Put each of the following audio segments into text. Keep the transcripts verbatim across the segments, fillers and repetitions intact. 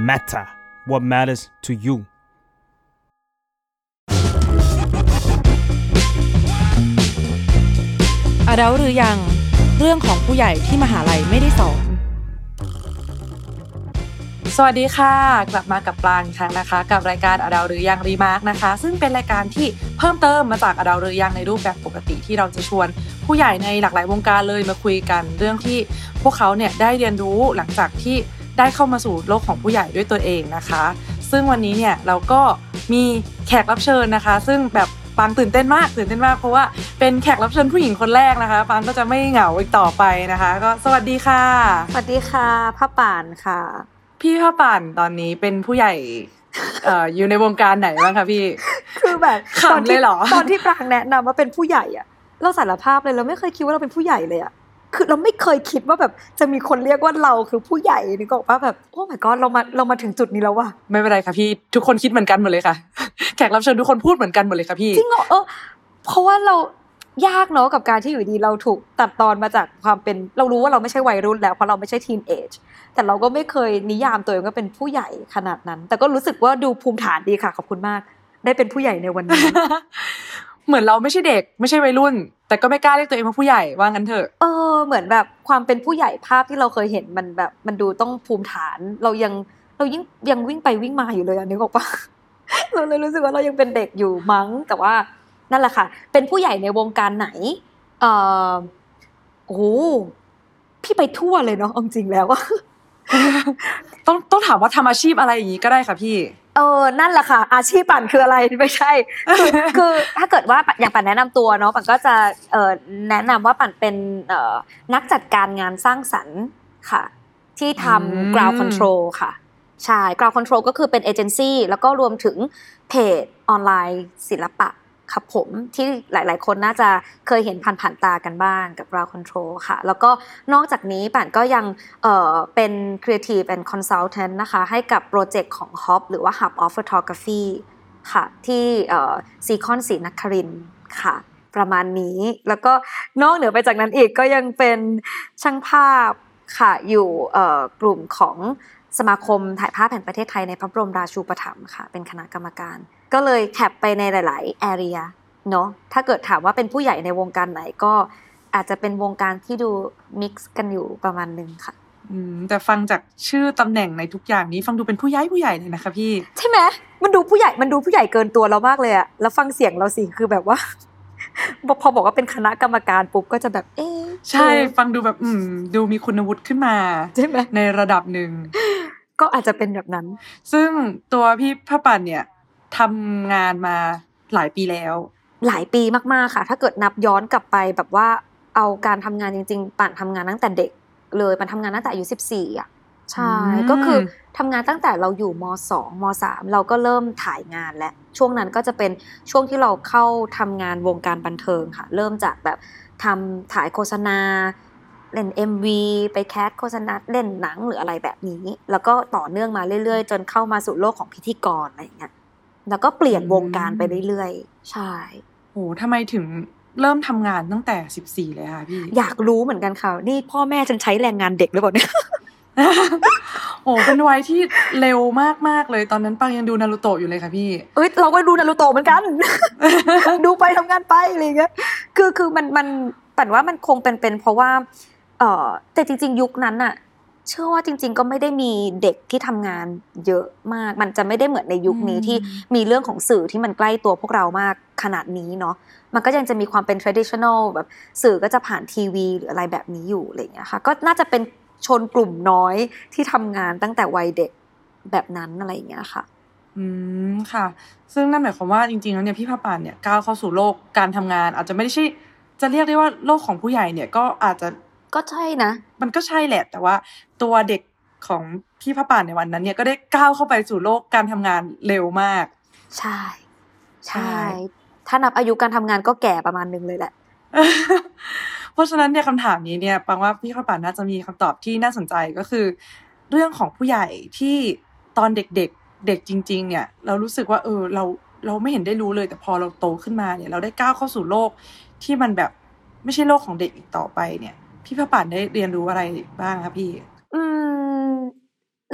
matter what matters to you อดัลหรือยังเรื่องของผู้ใหญ่ที่มหาลัยไม่ได้สอนสวัสดีค่ะกลับมากับปลางครั้งนะคะกับรายการอดัลหรือยังรีมาร์คนะคะซึ่งเป็นรายการที่เพิ่มเติมมาจากอดัลหรือยังในรูปแบบปกติที่เราจะชวนผู้ใหญ่ในหลากหลายวงการเลยมาคุยกันเรื่องที่พวกเขาเนี่ยได้เรียนรู้หลังจากที่ได้เข้ามาสู่โลกของผู้ใหญ่ด้วยตัวเองนะคะซึ่งวันนี้เนี่ยเราก็มีแขกรับเชิญนะคะซึ่งแบบปางตื่นเต้นมากตื่นเต้นมากเพราะว่าเป็นแขกรับเชิญผู้หญิงคนแรกนะคะปางก็จะไม่เหงาอีกต่อไปนะคะก็สวัสดีค่ะสวัสดีค่ะผ้าป่านค่ะพี่ผ้าป่านตอนนี้เป็นผู้ใหญ่เอ่ออยู่ในวงการไหนบ้างคะพี่คือแบบตอนที่ตอนที่ปางแนะนำว่าเป็นผู้ใหญ่อะเราสารภาพเลยเราไม่เคยคิดว่าเราเป็นผู้ใหญ่เลยอะคือเราไม่เคยคิดว่าแบบจะมีคนเรียกว่าเราคือผู้ใหญ่นี่ก็ว่าแบบโอ้ my god เรามาเรามาถึงจุดนี้แล้วว่ะไม่เป็นไรค่ะพี่ทุกคนคิดเหมือนกันหมดเลยค่ะแขกรับเชิญทุกคนพูดเหมือนกันหมดเลยค่ะพี่จริงเหรอเออเพราะว่าเรายากเนาะกับการที่อยู่ดีเราถูกตัดตอนมาจากความเป็นเรารู้ว่าเราไม่ใช่วัยรุ่นแล้วเพราะเราไม่ใช่ทีนเอจแต่เราก็ไม่เคยนิยามตัวเองว่าเป็นผู้ใหญ่ขนาดนั้นแต่ก็รู้สึกว่าดูภูมิฐานดีค่ะขอบคุณมากได้เป็นผู้ใหญ่ในวันนี้เหมือนเราไม่ใช่เด็กไม่ใช่วัยรุ่นแต่ก็ไม่กล้าเรียกตัวเองว่าผู้ใหญ่ว่างั้นเถอะเออเหมือนแบบความเป็นผู้ใหญ่ภาพที่เราเคยเห็นมันแบบมันดูต้องภูมิฐานเรายังเรายิ่งยังวิ่งไปวิ่งมาอยู่เลยอันนี้บอกว่าเราเลยรู้สึกว่าเรายังเป็นเด็กอยู่มั้งแต่ว่านั่นแหละค่ะเป็นผู้ใหญ่ในวงการไหนเอ่อโอ้พี่ไปทั่วเลยเนาะจริงๆแล้วว่าต้องต้องถามว่าทำอาชีพอะไรอย่างนี้ก็ได้ค่ะพี่เออนั่นแหละค่ะอาชีพปั่นคืออะไรไม่ใช่คือคือถ้าเกิดว่าอย่างปั่นแนะนำตัวเนาะปั่นก็จะเอ่อแนะนำว่าปั่นเป็นเอ่อนักจัดการงานสร้างสรรค์ค่ะที่ทำ ground control ค่ะใช่ ground control ก็คือเป็นเอเจนซี่แล้วก็รวมถึงเพจออนไลน์ศิลปะครับผมที่หลายๆคนน่าจะเคยเห็นผ่านๆตากันบ้างกับ ground control ค่ะแล้วก็นอกจากนี้ปั่นก็ยังเอ่อเป็น creative and consultant นะคะให้กับโปรเจกต์ของ Hub หรือว่า Hub of Photography ค่ะที่เอ่อซีคอนศรีนครินทร์ค่ะประมาณนี้แล้วก็นอกเหนือไปจากนั้นอีกก็ยังเป็นช่างภาพค่ะอยู่เอ่อกลุ่มของสมาคมถ่ายภาพแห่งประเทศไทยในพระบรมราชูปถัมภ์ค่ะเป็นคณะกรรมการก็เลยแท็บไปในหลายๆ area เนาะถ้าเกิดถามว่าเป็นผู้ใหญ่ในวงการไหนก็อาจจะเป็นวงการที่ดู mix กันอยู่ประมาณนึงค่ะอืมแต่ฟังจากชื่อตำแหน่งในทุกอย่างนี้ฟังดูเป็นผู้ใหญ่ผู้ใหญ่เลยนะคะพี่ใช่ไหมมันดูผู้ใหญ่มันดูผู้ใหญ่เกินตัวเรามากเลยอะแล้วฟังเสียงเราสิคือแบบว่าพอบอกว่าเป็นคณะกรรมการปุ๊บก็จะแบบเอ๊ะใช่ฟังดูแบบอืมดูมีคุณวุฒิขึ้นมาใช่ไหมในระดับหนึ่งก็อาจจะเป็นแบบนั้นซึ่งตัวพี่ผ้าป่านเนี่ยทำงานมาหลายปีแล้วหลายปีมากๆค่ะถ้าเกิดนับย้อนกลับไปแบบว่าเอาการทำงานจริงๆป่านทำงานตั้งแต่เด็กเลยป่านทำงานตั้งแต่อายุสิบสี่อ่ะใช่ก็คือทำงานตั้งแต่เราอยู่ม.สอง ม.สามเราก็เริ่มถ่ายงานแล้วช่วงนั้นก็จะเป็นช่วงที่เราเข้าทำงานวงการบันเทิงค่ะเริ่มจากแบบทำถ่ายโฆษณาเล่น เอ็ม วี ไปแคสโฆษณาเล่นหนังหรืออะไรแบบนี้แล้วก็ต่อเนื่องมาเรื่อยๆจนเข้ามาสู่โลกของพิธีกรอะไรอย่างเงี้ยแล้วก็เปลี่ยนวงการไปเรื่อยๆใช่โหทำไมถึงเริ่มทำงานตั้งแต่สิบสี่เลยค่ะพี่อยากรู้เหมือนกันค่ะนี่พ่อแม่ฉันใช้แรงงานเด็กหรือเปล่าเนี่ยโอ้เป็นวัยที่เร็วมากๆเลยตอนนั้นปังยังดูนารูโตะอยู่เลยค่ะพี่เอ้ยเราก็ดูนารูโตะเหมือนกัน ดูไปทำงานไปอะไรอย่างเงี้ยคือคือมันมันปั่นว่ามันคงเป็นเป็นเพราะว่าเอ่อแต่จริงๆยุคนั้นน่ะเชื่อว่าจริงๆก็ไม่ได้มีเด็กที่ทำงานเยอะมากมันจะไม่ได้เหมือนในยุคนี้ที่มีเรื่องของสื่อที่มันใกล้ตัวพวกเรามากขนาดนี้เนาะมันก็ยังจะมีความเป็น traditional แบบสื่อก็จะผ่านทีวีหรืออะไรแบบนี้อยู่อะไรอย่างเงี้ยค่ะก็น่าจะเป็นชนกลุ่มน้อยที่ทำงานตั้งแต่วัยเด็กแบบนั้นอะไรอย่างเงี้ยค่ะอืมค่ะซึ่งนั่นหมายความว่าจริงๆแล้วเนี่ยพี่ผ้าป่านเนี่ยก้าวเข้าสู่โลกการทำงานอาจจะไม่ได้ใช่จะเรียกได้ว่าโลกของผู้ใหญ่เนี่ยก็อาจจะก็ใช่นะมันก็ใช่แหละแต่ว่าตัวเด็กของพี่ผ้าป่านในวันนั้นเนี่ยก็ได้ก้าวเข้าไปสู่โลกการทำงานเร็วมากใช่ใช่ถ้านับอายุการทำงานก็แก่ประมาณนึงเลยแหละเพราะฉะนั้นเนี่ยคำถามนี้เนี่ยปังว่าพี่ข้าวป่านน่าจะมีคำตอบที่น่าสนใจก็คือเรื่องของผู้ใหญ่ที่ตอนเด็กๆ เ, เด็กจริงๆเนี่ยเรารู้สึกว่าเออเราเราไม่เห็นได้รู้เลยแต่พอเราโตขึ้นมาเนี่ยเราได้ก้าวเข้าสู่โลกที่มันแบบไม่ใช่โลกของเด็กอีกต่อไปเนี่ยพี่ข้าวป่านได้เรียนรู้อะไรบ้างคะพี่อืม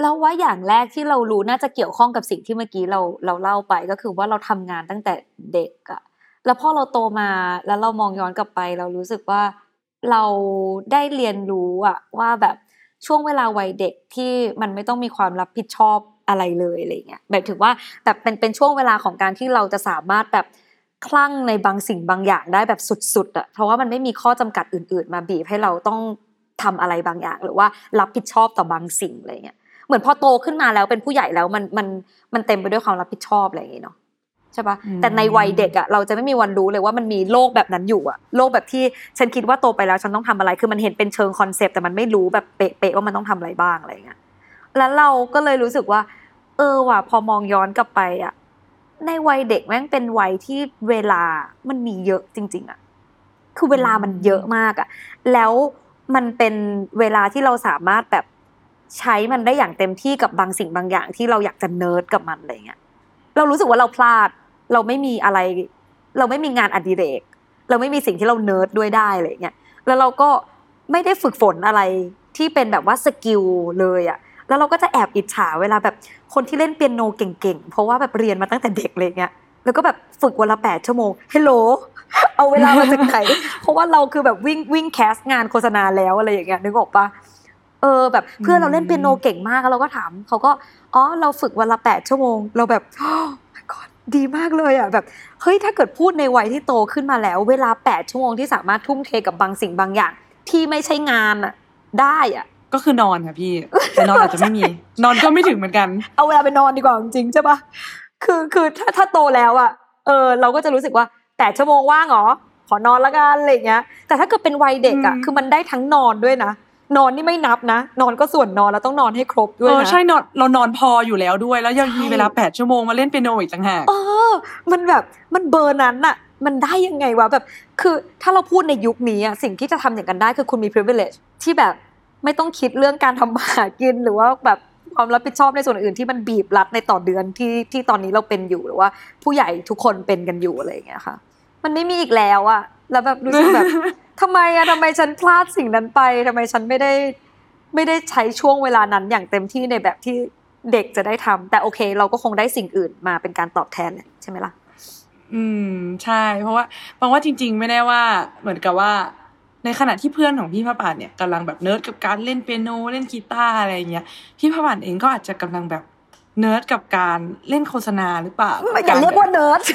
แล้วว่าอย่างแรกที่เรารู้น่าจะเกี่ยวข้องกับสิ่งที่เมื่อกี้เราเราเล่าไปก็คือว่าเราทำงานตั้งแต่เด็กอะแล้วพอเราโตมาแล้วเรามองย้อนกลับไปเรารู้สึกว่าเราได้เรียนรู้อะว่าแบบช่วงเวลาวัยเด็กที่มันไม่ต้องมีความรับผิดชอบอะไรเลยอะไรเงี้ยแบบถึงว่าแบบเป็นเป็นช่วงเวลาของการที่เราจะสามารถแบบคลั่งในบางสิ่งบางอย่างได้แบบสุดๆอะเพราะว่ามันไม่มีข้อจำกัดอื่นๆมาบีบให้เราต้องทำอะไรบางอย่างหรือว่ารับผิดชอบต่อบางสิ่งอะไรเงี้ยเหมือนพอโตขึ้นมาแล้วเป็นผู้ใหญ่แล้วมันมันมันเต็มไปด้วยความรับผิดชอบอะไรอย่างเงี้ยเนาะใช่ปะแต่ในวัยเด็กอ่ะเราจะไม่มีวันรู้เลยว่ามันมีโลกแบบนั้นอยู่อ่ะโลกแบบที่ฉันคิดว่าโตไปแล้วฉันต้องทำอะไรคือมันเห็นเป็นเชิงคอนเซปต์แต่มันไม่รู้แบบเป๊ะๆว่ามันต้องทำอะไรบ้างอะไรอย่างเงี้ยแล้วเราก็เลยรู้สึกว่าเออว่ะพอมองย้อนกลับไปอ่ะในวัยเด็กแม่งเป็นวัยที่เวลามันมีเยอะจริงๆอ่ะคือเวลามันเยอะมากอ่ะแล้วมันเป็นเวลาที่เราสามารถแบบใช้มันได้อย่างเต็มที่กับบางสิ่งบางอย่างที่เราอยากจะเนิร์ดกับมันอะไรเงี้ยเรารู้สึกว่าเราพลาดเราไม่มีอะไรเราไม่มีงานอดิเรกเราไม่มีสิ่งที่เราเนิร์ดด้วยได้อะไรเงี้ยแล้วเราก็ไม่ได้ฝึกฝนอะไรที่เป็นแบบว่าสกิลเลยอ่ะแล้วเราก็จะแอบอิจฉาเวลาแบบคนที่เล่นเปียโนเก่งๆเพราะว่าแบบเรียนมาตั้งแต่เด็กเลยเงี้ยแล้วก็แบบฝึกวันละแปดชั่วโมงเฮลโหลเอาเวลามาจากไหนเพราะว่าเราคือแบบวิ่งวิ่งแคสงานโฆษณาแล้วอะไรอย่างเงี้ยนึกออกปะเออแบบเพื่อนเราเล่นเปียโนเก่งมากแล้วเราก็ถามเขาก็อ๋อเราฝึกวันละแปดชั่วโมงเราแบบโอ้ my god ดีมากเลยอ่ะแบบเฮ้ยถ้าเกิดพูดในวัยที่โตขึ้นมาแล้วเวลาแปดชั่วโมงที่สามารถทุ่มเทกับบางสิ่งบางอย่างที่ไม่ใช่งานอ่ะได้อ่ะก็คือนอนค่ะพี่แต่นอนอาจจะไม่มีนอนก็ไม่ถึงเหมือนกันเอาเวลาไปนอนดีกว่าจริงๆใช่ปะคือคือถ้าถ้าโตแล้วอ่ะเออเราก็จะรู้สึกว่าแปดชั่วโมงว่างเหรอขอนอนละกันอะไรอย่างเงี้ยแต่ถ้าเกิดเป็นวัยเด็กอ่ะคือมันได้ทั้งนอนด้วยนะนอนนี่ไม่นับนะนอนก็ส่วนนอนแล้วต้องนอนให้ครบด้วยนะเออใช่นอนเรานอนพออยู่แล้วด้วยแล้วยังมีเวลาแปดชั่วโมงมาเล่นเปียโนอีกต่างหากเออมันแบบมันเบอร์นั้นน่ะมันได้ยังไงวะแบบคือถ้าเราพูดในยุคนี้อ่ะสิ่งที่จะทำอย่างกันได้คือคุณมี privilege ที่แบบไม่ต้องคิดเรื่องการทำมาหากินหรือว่าแบบความรับผิดชอบในส่วนอื่นที่มันบีบรัดในต่อเดือนที่ที่ตอนนี้เราเป็นอยู่หรือว่าผู้ใหญ่ทุกคนเป็นกันอยู่อะไรอย่างเงี้ยค่ะมันไม่มีอีกแล้วอ่ะแล้วแบบรู้สึกแบบ ทำไมอะทำไมฉันพลาดสิ่งนั้นไปทำไมฉันไม่ได้ไม่ได้ใช้ช่วงเวลานั้นอย่างเต็มที่ในแบบที่เด็กจะได้ทำแต่โอเคเราก็คงได้สิ่งอื่นมาเป็นการตอบแทนแหละใช่ไหมล่ะอืมใช่เพราะว่าบางว่าจริงๆไม่แน่ว่าเหมือนกับว่าในขณะที่เพื่อนของพี่พระป่านเนี่ยกำลังแบบเนิร์ดกับการเล่นเปียโนเล่นกีตาร์อะไรอย่างเงี้ยพี่พระป่านเองก็อาจจะกำลังแบบเนิร์ดกับการเล่นโฆษณาหรือเปล่าอย่าเรียกว่าเนิร์ด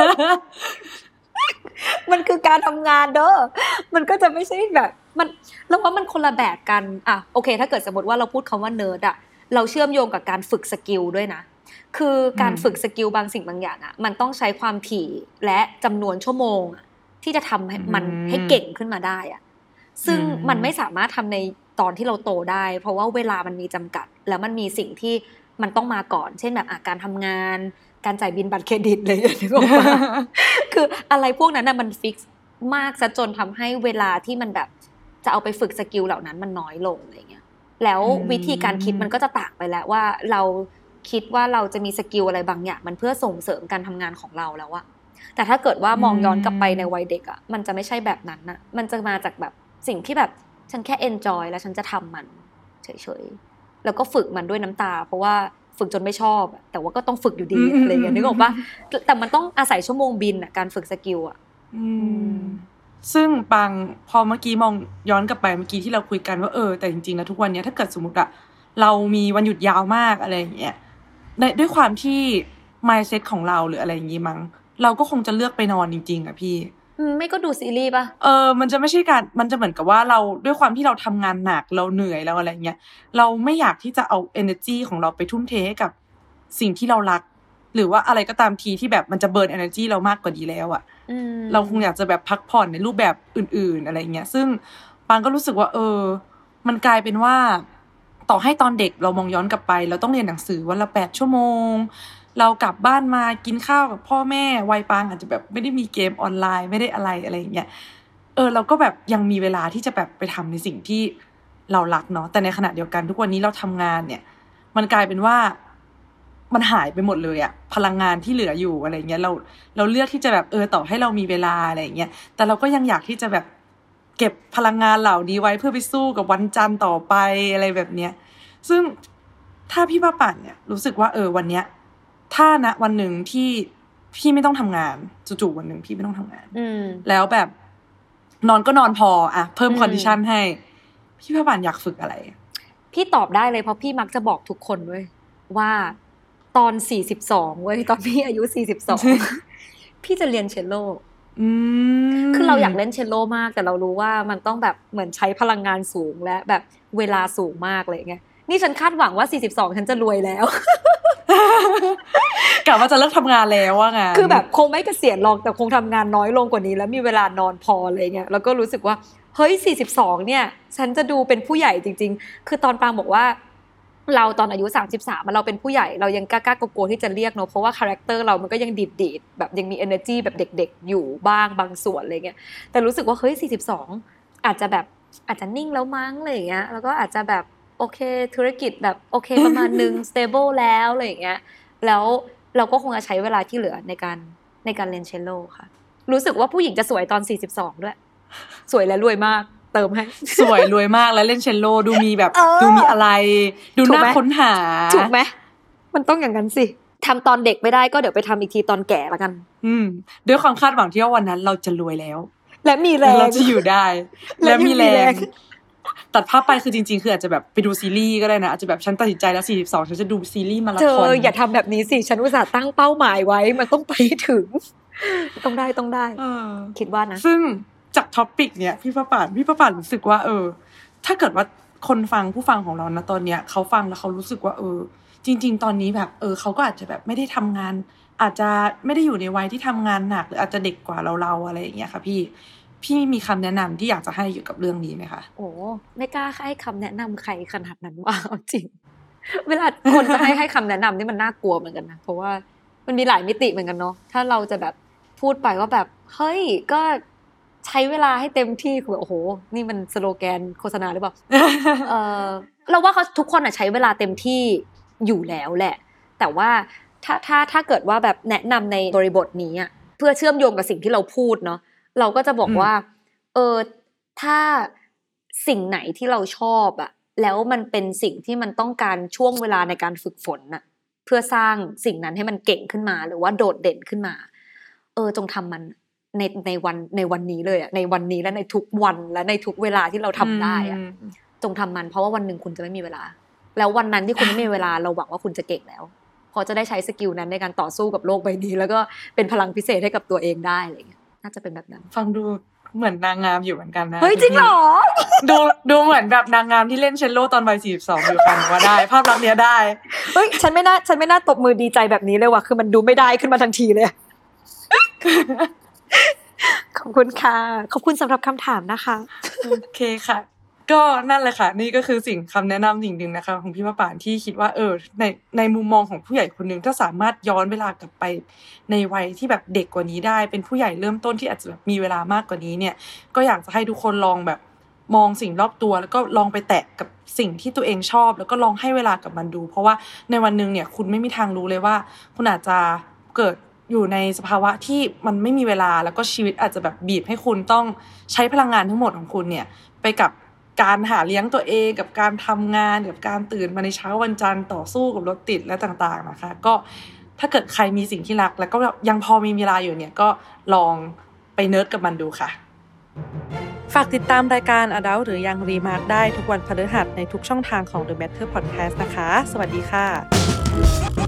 มันคือการทำงานเด้อมันก็จะไม่ใช่แบบมันเราว่ามันคนละแบบกันอ่ะโอเคถ้าเกิดสมมติว่าเราพูดคำว่าเนิร์ดอ่ะเราเชื่อมโยงกับการฝึกสกิลด้วยนะคือการฝึกสกิลบางสิ่งบางอย่างอ่ะมันต้องใช้ความถี่และจำนวนชั่วโมงที่จะทำให้มันให้เก่งขึ้นมาได้อ่ะซึ่งมันไม่สามารถทำในตอนที่เราโตได้เพราะว่าเวลามันมีจำกัดแล้วมันมีสิ่งที่มันต้องมาก่อนเช่นแบบการทำงานการจ่ายบิลบัตรเครดิตอะไรอย่างเงี้ยคืออะไรพวกนั้นน่ะมันฟิกซ์มากซะจนทำให้เวลาที่มันแบบจะเอาไปฝึกสกิลเหล่านั้นมันน้อยลงอะไรเงี้ยแล้ววิธีการคิดมันก็จะต่างไปแล้วว่าเราคิดว่าเราจะมีสกิลอะไรบางอย่างมันเพื่อส่งเสริมการทำงานของเราแล้วอะแต่ถ้าเกิดว่ามองย้อนกลับไปในวัยเด็กอะมันจะไม่ใช่แบบนั้นน่ะมันจะมาจากแบบสิ่งที่แบบฉันแค่เอนจอยแล้วฉันจะทำมันเฉยๆแล้วก็ฝึกมันด้วยน้ำตาเพราะว่าฝึกจนไม่ชอบแต่ว่าก็ต้องฝึกอยู่ดีอะไรอย่างเงี้ยนึกออกปะแต่มันต้องอาศัยชั่วโมงบินอ่ะการฝึกสกิลอ่ะซึ่งปังพอเมื่อกี้มองย้อนกลับไปเมื่อกี้ที่เราคุยกันว่าเออแต่จริงๆแล้วทุกวันนี้ถ้าเกิดสมมติอะเรามีวันหยุดยาวมากอะไรอย่างเงี้ยด้วยความที่ mindset ของเราหรืออะไรอย่างงี้มั้งเราก็คงจะเลือกไปนอนจริงๆอะพี่ไม่ก็ดูซีรีส์ป่ะเออมันจะไม่ใช่การมันจะเหมือนกับว่าเราด้วยความที่เราทำงานหนักเราเหนื่อยแล้วอะไรเงี้ยเราไม่อยากที่จะเอา energy ของเราไปทุ่มเทให้กับสิ่งที่เรารักหรือว่าอะไรก็ตามทีที่แบบมันจะเบิร์น energy เรามากกว่านี้แล้วอ่ะเราคงอยากจะแบบพักผ่อนในรูปแบบอื่นๆอะไรเงี้ยซึ่งปางก็รู้สึกว่าเออมันกลายเป็นว่าต่อให้ตอนเด็กเรามองย้อนกลับไปเราต้องเรียนหนังสือวันละแปดชั่วโมงเรากลับบ้านมากินข้าวกับพ่อแม่วัยปางอาจจะแบบไม่ได้มีเกมออนไลน์ไม่ได้อะไรอะไรอย่างเงี้ยเออเราก็แบบยังมีเวลาที่จะแบบไปทำในสิ่งที่เรารักเนาะแต่ในขณะเดียวกันทุกวันนี้เราทำงานเนี่ยมันกลายเป็นว่ามันหายไปหมดเลยอะพลังงานที่เหลืออยู่อะไรเงี้ยเราเราเลือกที่จะแบบเออต่อให้เรามีเวลาอะไรเงี้ยแต่เราก็ยังอยากที่จะแบบเก็บพลังงานเหล่านี้ไว้เพื่อไปสู้กับวันจันทร์ต่อไปอะไรแบบเนี้ยซึ่งถ้าพี่ป้าป่านเนี่ยรู้สึกว่าเออวันเนี้ยถ้าณวันหนึ่งที่พี่ไม่ต้องทำงานจู่ๆวันหนึ่งพี่ไม่ต้องทำงานแล้วแบบนอนก็นอนพออ่ะเพิ่มคอนดิชันให้พี่ป้าป่านอยากฝึกอะไรพี่ตอบได้เลยเพราะพี่มักจะบอกทุกคนเว้ยว่าตอนสี่สิบสองเว้ยตอนพี่อายุสี่สิบสอง พี่จะเรียนเชลโลคือเราอยากเล่นเชลโลมากแต่เรารู้ว่ามันต้องแบบเหมือนใช้พลังงานสูงและแบบเวลาสูงมากเลยไงนี่ฉันคาดหวังว่าสี่สิบสองฉันจะรวยแล้วกะว่าจะเลิกทำงานแล้วว่าไงคือแบบคงไม่เกษียณหรอกแต่คงทำงานน้อยลงกว่านี้แล้วมีเวลานอนพออะไรเงี้ยแล้วก็รู้สึกว่าเฮ้ยสี่สิบสองเนี่ยฉันจะดูเป็นผู้ใหญ่จริงๆคือตอนปางบอกว่าเราตอนอายุสามสิบสามเราเป็นผู้ใหญ่เรายังกล้าๆโกๆที่จะเรียกเนาะเพราะว่าคาแรคเตอร์เรามันก็ยังดีดๆแบบยังมี energy แบบเด็กๆอยู่บ้างบางส่วนอะไรเงี้ยแต่รู้สึกว่าเฮ้ยสี่สิบสองอาจจะแบบอาจจะนิ่งแล้วมั้งอะไรอย่างเงี้ยแล้วก็อาจจะแบบโอเคธุรกิจแบบโอเคประมาณนึง stable แล้วอะไรอย่างเงี้ยแล้วเราก็คงจะใช้เวลาที่เหลือในการในการเรียนเชลโลค่ะรู้สึกว่าผู้หญิงจะสวยตอนสี่สิบสองด้วยสวยและรวยมากเติมให้สวยรวยมากแล้วเล่นเชลโลดูมีแบบดูมีอะไรดูน่าค้นหาถูกไหมมันต้องอย่างนั้นสิทำตอนเด็กไม่ได้ก็เดี๋ยวไปทำอีกทีตอนแก่ละกันอืมด้วยความคาดหวังที่ว่าวันนั้นเราจะรวยแล้วและมีแรงเราจะอยู่ได้และมีแรงตัดภาพไปคือจริงๆคืออาจจะแบบไปดูซีรีส์ก็ได้นะอาจจะแบบฉันตัดสินใจแล้วสี่สิบสองฉันจะดูซีรีส์มาราธอนเธออย่าทำแบบนี้สิฉันอุตส่าห์ตั้งเป้าหมายไว้มันต้องไปถึงต้องได้ต้องได้คิดว่านะซึ่งจากท็อปิกเนี่ยพี่ป้าป่านพี่ป้าป่านรู้สึกว่าเออถ้าเกิดว่าคนฟังผู้ฟังของเรานะตอนเนี้ยเขาฟังแล้วเขารู้สึกว่าเออจริงๆตอนนี้แบบเออเขาก็อาจจะแบบไม่ได้ทำงานอาจจะไม่ได้อยู่ในวัยที่ทำงานหนักหรืออาจจะเด็กกว่าเราเราอะไรอย่างเงี้ยค่ะพี่พี่มีคำแนะนำที่อยากจะให้เกี่ยวกับเรื่องนี้ไหมคะโอ้ไม่กล้าให้คำแนะนำใครขนาดนั้นว่าจริงเวลาคนจะให้ให้คำแนะนำนี่มันน่ากลัวเหมือนกันนะเพราะว่ามันมีหลายมิติเหมือนกันเนาะถ้าเราจะแบบพูดไปว่าแบบเฮ้ยก็ใช้เวลาให้เต็มที่คือโอ้โหนี่มันสโลแกนโฆษณาหรือเปล่า เออเราว่าเขาทุกคนอ่ะใช้เวลาเต็มที่อยู่แล้วแหละแต่ว่าถ้าถ้าถ้าเกิดว่าแบบแนะนำในบริบทนี้อ่ะเพื่อเชื่อมโยงกับสิ่งที่เราพูดเนาะเราก็จะบอกว่าเออถ้าสิ่งไหนที่เราชอบอ่ะแล้วมันเป็นสิ่งที่มันต้องการช่วงเวลาในการฝึกฝนน่ะเพื่อสร้างสิ่งนั้นให้มันเก่งขึ้นมาหรือว่าโดดเด่นขึ้นมาเออจงทำมันในในวันในวันนี้เลยอ่ะในวันนี้และในทุกวันและในทุกเวลาที่เราทำได้อ่ะจงทำมันเพราะว่าวันหนึ่งคุณจะไม่มีเวลาแล้ววันนั้นที่คุณไม่มีเวลาเราหวังว่าคุณจะเก่งแล้วพอจะได้ใช้สกิลนั้นในการต่อสู้กับโลกใบนี้แล้วก็เป็นพลังพิเศษให้กับตัวเองได้อะไรอย่างเงี้ยน่าจะเป็นแบบนั้นฟังดูเหมือนนางงามอยู่เหมือนกันนะเฮ้ยจริงเหรอดูดูเหมือนแบบนางงามที่เล่นเชลโลตอนวัยสี่สิบสองอยู่กันว่าได้ภาพลักษณ์เนี้ยได้เฮ้ยฉันไม่น่าฉันไม่น่าตบมือดีใจแบบนี้เลยว่ะคือมันดูไม่ได้ขึ้นมาทันทีเลยขอบคุณค่ะขอบคุณสำหรับคำถามนะคะโอเคค่ะก็นั่นแหละค่ะนี่ก็คือสิ่งคำแนะนำสิ่งหนึ่งนะคะของพี่ป้าป่านที่คิดว่าเออในในมุมมองของผู้ใหญ่คนนึงถ้าสามารถย้อนเวลากลับไปในวัยที่แบบเด็กกว่านี้ได้เป็นผู้ใหญ่เริ่มต้นที่อาจจะแบบมีเวลามากกว่านี้เนี่ยก็อยากจะให้ทุกคนลองแบบมองสิ่งรอบตัวแล้วก็ลองไปแตะกับสิ่งที่ตัวเองชอบแล้วก็ลองให้เวลากับมันดูเพราะว่าในวันนึงเนี่ยคุณไม่มีทางรู้เลยว่าคุณอาจจะเกิดอยู่ในสภาวะที่มันไม่มีเวลาแล้วก็ชีวิตอาจจะแบบบีบให้คุณต้องใช้พลังงานทั้งหมดของคุณเนี่ยไปกับการหาเลี้ยงตัวเองกับการทำงานกับการตื่นมาในเช้าวันจันทร์ต่อสู้กับรถติดและต่างๆนะคะก็ถ้าเกิดใครมีสิ่งที่รักแล้วก็ยังพอมีเวลาอยู่เนี่ยก็ลองไปเนิร์ดกับมันดูค่ะฝากติดตามรายการ Adult หรือยังรีมาร์คได้ทุกวันพฤหัสในทุกช่องทางของ The Matter Podcast นะคะสวัสดีค่ะ